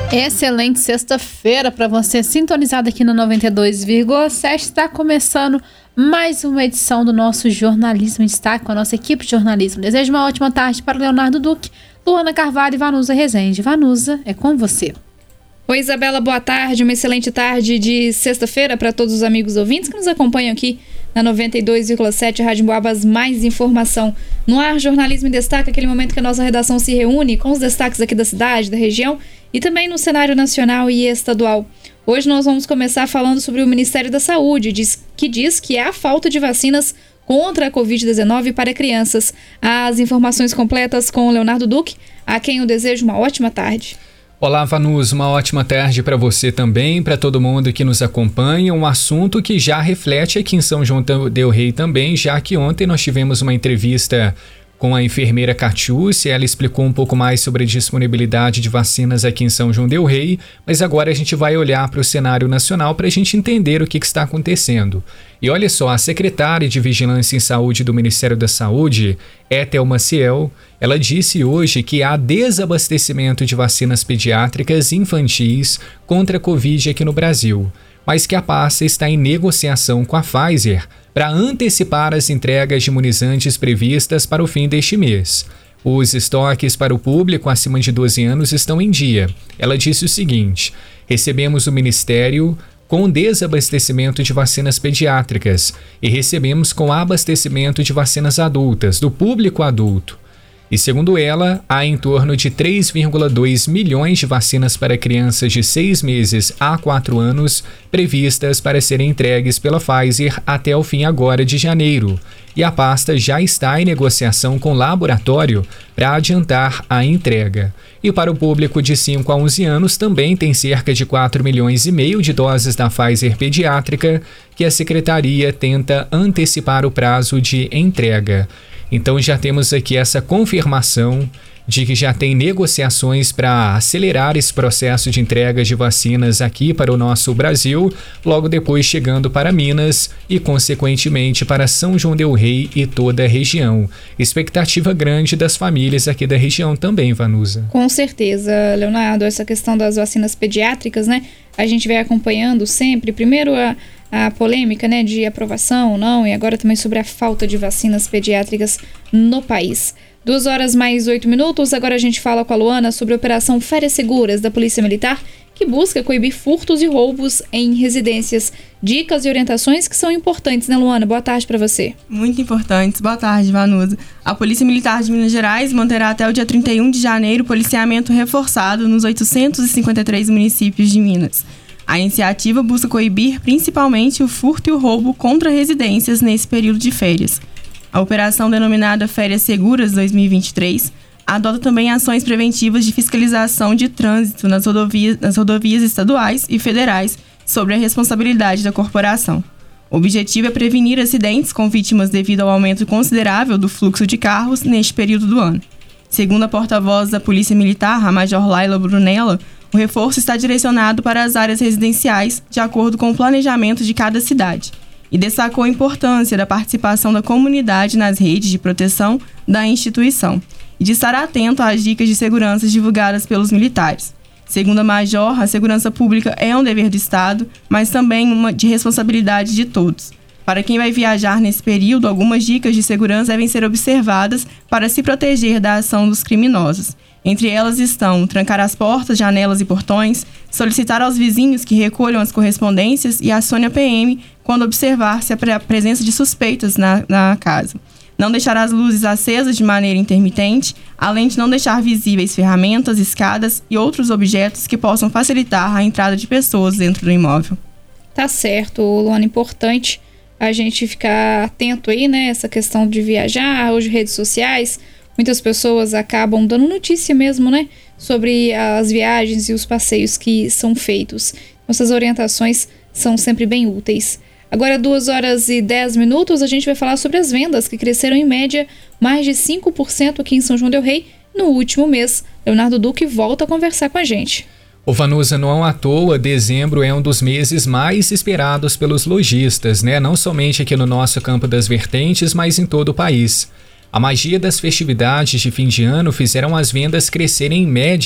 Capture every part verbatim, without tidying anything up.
Excelente sexta-feira para você, sintonizado aqui no noventa e dois vírgula sete. Está começando mais uma edição do nosso Jornalismo em Destaque com a nossa equipe de jornalismo. Desejo uma ótima tarde para Leonardo Duque, Luana Carvalho e Vanusa Rezende. Vanusa, é com você. Oi, Isabela, boa tarde, uma excelente tarde de sexta-feira para todos os amigos ouvintes que nos acompanham aqui na noventa e dois vírgula sete, Rádio Emboabas, mais informação no ar. Jornalismo em Destaque, aquele momento que a nossa redação se reúne com os destaques aqui da cidade, da região e também no cenário nacional e estadual. Hoje nós vamos começar falando sobre o Ministério da Saúde, diz, que diz que há falta de vacinas contra a covid dezenove para crianças. As informações completas com o Leonardo Duque, a quem eu desejo uma ótima tarde. Olá, Vanus, uma ótima tarde para você também, para todo mundo que nos acompanha. Um assunto que já reflete aqui em São João del Rei também, já que ontem nós tivemos uma entrevista com a enfermeira Catiúcia. Ela explicou um pouco mais sobre a disponibilidade de vacinas aqui em São João del Rei, mas agora a gente vai olhar para o cenário nacional para a gente entender o que, que está acontecendo. E olha só, a secretária de Vigilância em Saúde do Ministério da Saúde, Ethel Maciel, ela disse hoje que há desabastecimento de vacinas pediátricas e infantis contra a Covid aqui no Brasil, mas que a pasta está em negociação com a Pfizer para antecipar as entregas de imunizantes previstas para o fim deste mês. Os estoques para o público acima de doze anos estão em dia. Ela disse o seguinte: recebemos o Ministério com desabastecimento de vacinas pediátricas e recebemos com abastecimento de vacinas adultas, do público adulto. E segundo ela, há em torno de três vírgula dois milhões de vacinas para crianças de seis meses a quatro anos previstas para serem entregues pela Pfizer até o fim agora de janeiro. E a pasta já está em negociação com o laboratório para adiantar a entrega. E para o público de cinco a onze anos também tem cerca de quatro milhões e meio de doses da Pfizer pediátrica que a secretaria tenta antecipar o prazo de entrega. Então já temos aqui essa confirmação de que já tem negociações para acelerar esse processo de entrega de vacinas aqui para o nosso Brasil, logo depois chegando para Minas e, consequentemente, para São João del Rei e toda a região. Expectativa grande das famílias aqui da região também, Vanusa. Com certeza, Leonardo, essa questão das vacinas pediátricas, né? A gente vai acompanhando sempre, primeiro a a polêmica, né, de aprovação ou não, e agora também sobre a falta de vacinas pediátricas no país. Duas horas mais oito minutos, agora a gente fala com a Luana sobre a Operação Férias Seguras da Polícia Militar, que busca coibir furtos e roubos em residências. Dicas e orientações que são importantes, né, Luana? Boa tarde para você. Muito importantes. Boa tarde, Vanusa. A Polícia Militar de Minas Gerais manterá até o dia trinta e um de janeiro policiamento reforçado nos oitocentos e cinquenta e três municípios de Minas. A iniciativa busca coibir principalmente o furto e o roubo contra residências nesse período de férias. A operação denominada Férias Seguras dois mil e vinte e três adota também ações preventivas de fiscalização de trânsito nas rodovias, nas rodovias estaduais e federais sobre a responsabilidade da corporação. O objetivo é prevenir acidentes com vítimas devido ao aumento considerável do fluxo de carros neste período do ano. Segundo a porta-voz da Polícia Militar, a Major Laila Brunella, o reforço está direcionado para as áreas residenciais, de acordo com o planejamento de cada cidade, e destacou a importância da participação da comunidade nas redes de proteção da instituição e de estar atento às dicas de segurança divulgadas pelos militares. Segundo a Major, a segurança pública é um dever do Estado, mas também uma de responsabilidade de todos. Para quem vai viajar nesse período, algumas dicas de segurança devem ser observadas para se proteger da ação dos criminosos. Entre elas estão trancar as portas, janelas e portões, solicitar aos vizinhos que recolham as correspondências e acione a P M quando observar-se a presença de suspeitas na, na casa. Não deixar as luzes acesas de maneira intermitente, além de não deixar visíveis ferramentas, escadas e outros objetos que possam facilitar a entrada de pessoas dentro do imóvel. Tá certo, Luana, importante a gente ficar atento aí, né, essa questão de viajar, hoje redes sociais. Muitas pessoas acabam dando notícia mesmo, né, sobre as viagens e os passeios que são feitos. Essas orientações são sempre bem úteis. Agora, duas horas e dez minutos, a gente vai falar sobre as vendas que cresceram em média mais de cinco por cento aqui em São João del Rei no último mês. Leonardo Duque volta a conversar com a gente. O Vanusa, não à toa, dezembro é um dos meses mais esperados pelos lojistas, né? Não somente aqui no nosso Campo das Vertentes, mas em todo o país. A magia das festividades de fim de ano fizeram as vendas crescerem em média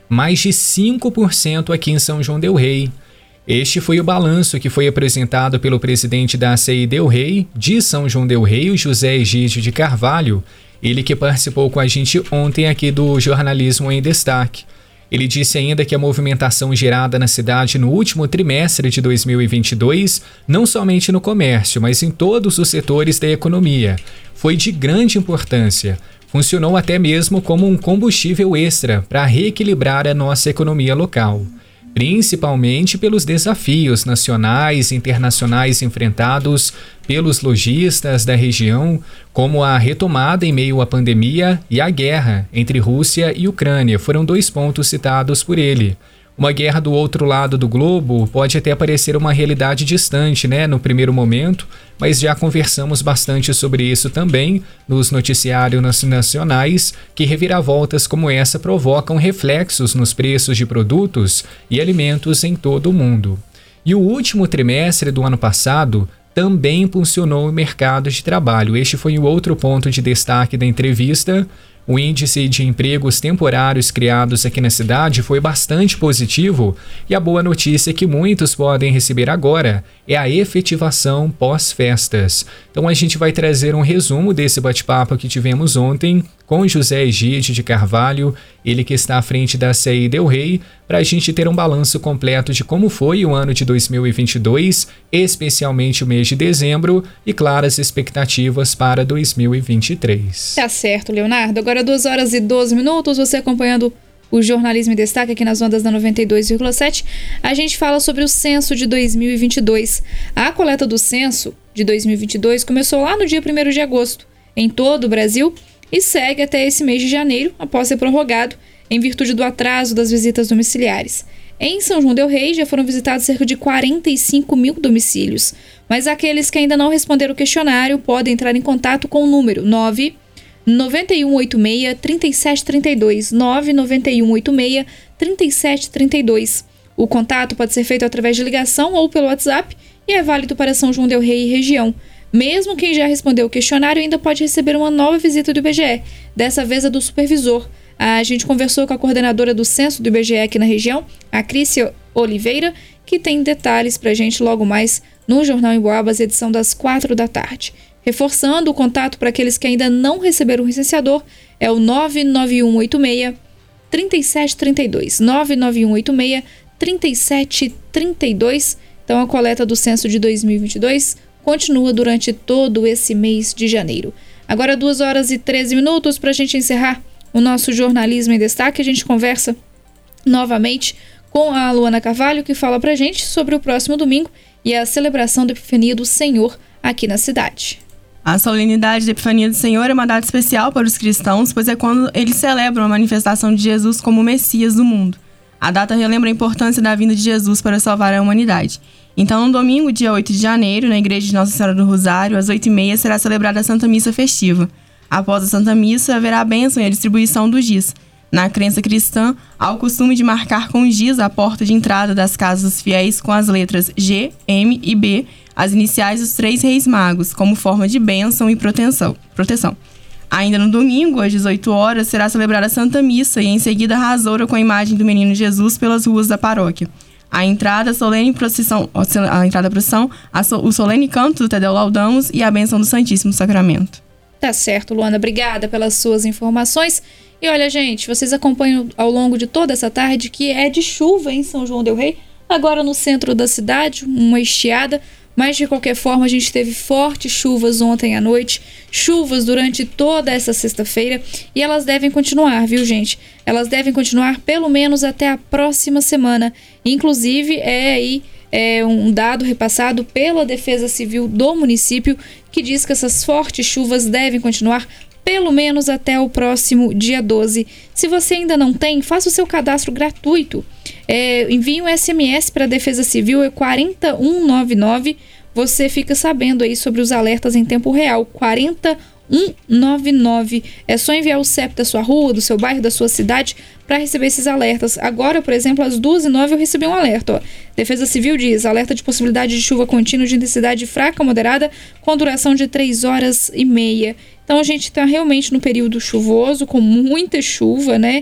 mais de cinco por cento aqui em São João del Rei. Este foi o balanço que foi apresentado pelo presidente da A C I Del Rei, de São João del Rei, o José Egídio de Carvalho, ele que participou com a gente ontem aqui do Jornalismo em Destaque. Ele disse ainda que a movimentação gerada na cidade no último trimestre de dois mil e vinte e dois, não somente no comércio, mas em todos os setores da economia, foi de grande importância. Funcionou até mesmo como um combustível extra para reequilibrar a nossa economia local, principalmente pelos desafios nacionais e internacionais enfrentados pelos lojistas da região, como a retomada em meio à pandemia e a guerra entre Rússia e Ucrânia, foram dois pontos citados por ele. Uma guerra do outro lado do globo pode até parecer uma realidade distante, né, no primeiro momento, mas já conversamos bastante sobre isso também nos noticiários nacionais, que reviravoltas como essa provocam reflexos nos preços de produtos e alimentos em todo o mundo. E o último trimestre do ano passado também impulsionou o mercado de trabalho. Este foi o outro ponto de destaque da entrevista. O índice de empregos temporários criados aqui na cidade foi bastante positivo e a boa notícia que muitos podem receber agora é a efetivação pós-festas. Então a gente vai trazer um resumo desse bate-papo que tivemos ontem com José Egídio de Carvalho, ele que está à frente da A C I Del Rei, para a gente ter um balanço completo de como foi o ano de dois mil e vinte e dois, especialmente o mês de dezembro, e claras expectativas para dois mil e vinte e três. Tá certo, Leonardo. Agora duas horas e doze minutos, você acompanhando o Jornalismo em Destaque aqui nas ondas da noventa e dois vírgula sete. A gente fala sobre o censo de dois mil e vinte e dois. A coleta do censo de dois mil e vinte e dois começou lá no dia primeiro de agosto, em todo o Brasil, e segue até esse mês de janeiro, após ser prorrogado, em virtude do atraso das visitas domiciliares. Em São João del Rei já foram visitados cerca de quarenta e cinco mil domicílios, mas aqueles que ainda não responderam o questionário podem entrar em contato com o número nove nove um oito seis, três sete três dois, nove nove um oito seis, três sete três dois. O contato pode ser feito através de ligação ou pelo WhatsApp e é válido para São João del Rei e região. Mesmo quem já respondeu o questionário ainda pode receber uma nova visita do I B G E, dessa vez a do supervisor. A gente conversou com a coordenadora do censo do I B G E aqui na região, a Crícia Oliveira, que tem detalhes para a gente logo mais no Jornal em Boabas, edição das quatro da tarde. Reforçando o contato para aqueles que ainda não receberam o recenseador, é o nove nove um oito seis, três sete três dois, nove nove um oito seis, três sete três dois. Então a coleta do censo de dois mil e vinte e dois continua durante todo esse mês de janeiro. Agora duas horas e treze minutos para a gente encerrar o nosso Jornalismo em Destaque. A gente conversa novamente com a Luana Carvalho, que fala para a gente sobre o próximo domingo e a celebração da Epifania do Senhor aqui na cidade. A solenidade da Epifania do Senhor é uma data especial para os cristãos, pois é quando eles celebram a manifestação de Jesus como o Messias do mundo. A data relembra a importância da vinda de Jesus para salvar a humanidade. Então, no domingo, dia oito de janeiro, na Igreja de Nossa Senhora do Rosário, às oito e meia, será celebrada a Santa Missa festiva. Após a Santa Missa, haverá a bênção e a distribuição do giz. Na crença cristã, há o costume de marcar com giz a porta de entrada das casas dos fiéis com as letras G, M e B, as iniciais dos três reis magos, como forma de bênção e proteção. proteção. Ainda no domingo, às dezoito horas, será celebrada a Santa Missa e em seguida a rasoura com a imagem do Menino Jesus pelas ruas da paróquia. A entrada, a solene procissão, a entrada da procissão, a so, o solene canto do Te Deum Laudamos e a bênção do Santíssimo Sacramento. Tá certo, Luana. Obrigada pelas suas informações. E olha, gente, vocês acompanham ao longo de toda essa tarde que é de chuva em São João del Rei, agora no centro da cidade, uma estiada. Mas, de qualquer forma, a gente teve fortes chuvas ontem à noite, chuvas durante toda essa sexta-feira, e elas devem continuar, viu, gente? Elas devem continuar pelo menos até a próxima semana. Inclusive, é aí é, um dado repassado pela Defesa Civil do município, que diz que essas fortes chuvas devem continuar pelo menos até o próximo dia doze. Se você ainda não tem, faça o seu cadastro gratuito. É, envie um S M S para a Defesa Civil, é quatro um nove nove. Você fica sabendo aí sobre os alertas em tempo real. quatro um nove nove. É só enviar o C E P da sua rua, do seu bairro, da sua cidade, para receber esses alertas. Agora, por exemplo, às duas e nove eu recebi um alerta. Ó. Defesa Civil diz: alerta de possibilidade de chuva contínua de intensidade fraca a moderada, com duração de três horas e meia. Então a gente está realmente no período chuvoso, com muita chuva, né?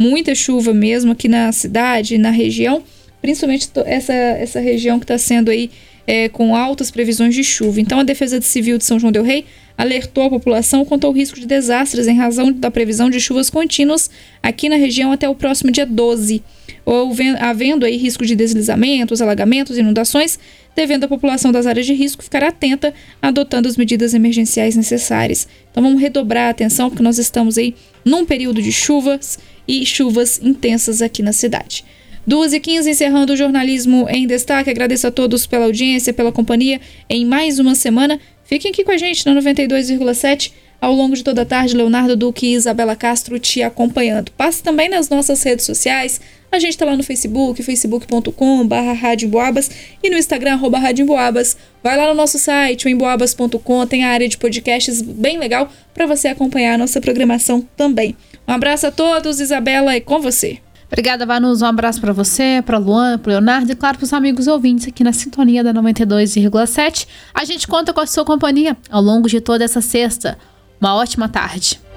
muita chuva mesmo aqui na cidade, na região, principalmente essa, essa região que está sendo aí é, com altas previsões de chuva. Então a Defesa Civil de São João del Rei alertou a população quanto ao risco de desastres em razão da previsão de chuvas contínuas aqui na região até o próximo dia doze. Ou havendo aí risco de deslizamentos, alagamentos, inundações, devendo a população das áreas de risco ficar atenta, adotando as medidas emergenciais necessárias. Então vamos redobrar a atenção, porque nós estamos aí num período de chuvas e chuvas intensas aqui na cidade. duas e quinze, encerrando o Jornalismo em Destaque. Agradeço a todos pela audiência, pela companhia em mais uma semana. Fiquem aqui com a gente na noventa e dois vírgula sete. Ao longo de toda a tarde, Leonardo Duque e Isabela Castro te acompanhando. Passe também nas nossas redes sociais. A gente está lá no Facebook, facebook ponto com barra Rádio Emboabas, e no Instagram, arroba Rádio Emboabas. Vai lá no nosso site, o emboabas ponto com, tem a área de podcasts bem legal para você acompanhar a nossa programação também. Um abraço a todos, Isabela, é com você. Obrigada, Vanusa. Um abraço para você, para Luan, para Leonardo e, claro, para os amigos ouvintes aqui na sintonia da noventa e dois vírgula sete. A gente conta com a sua companhia ao longo de toda essa sexta. Uma ótima tarde.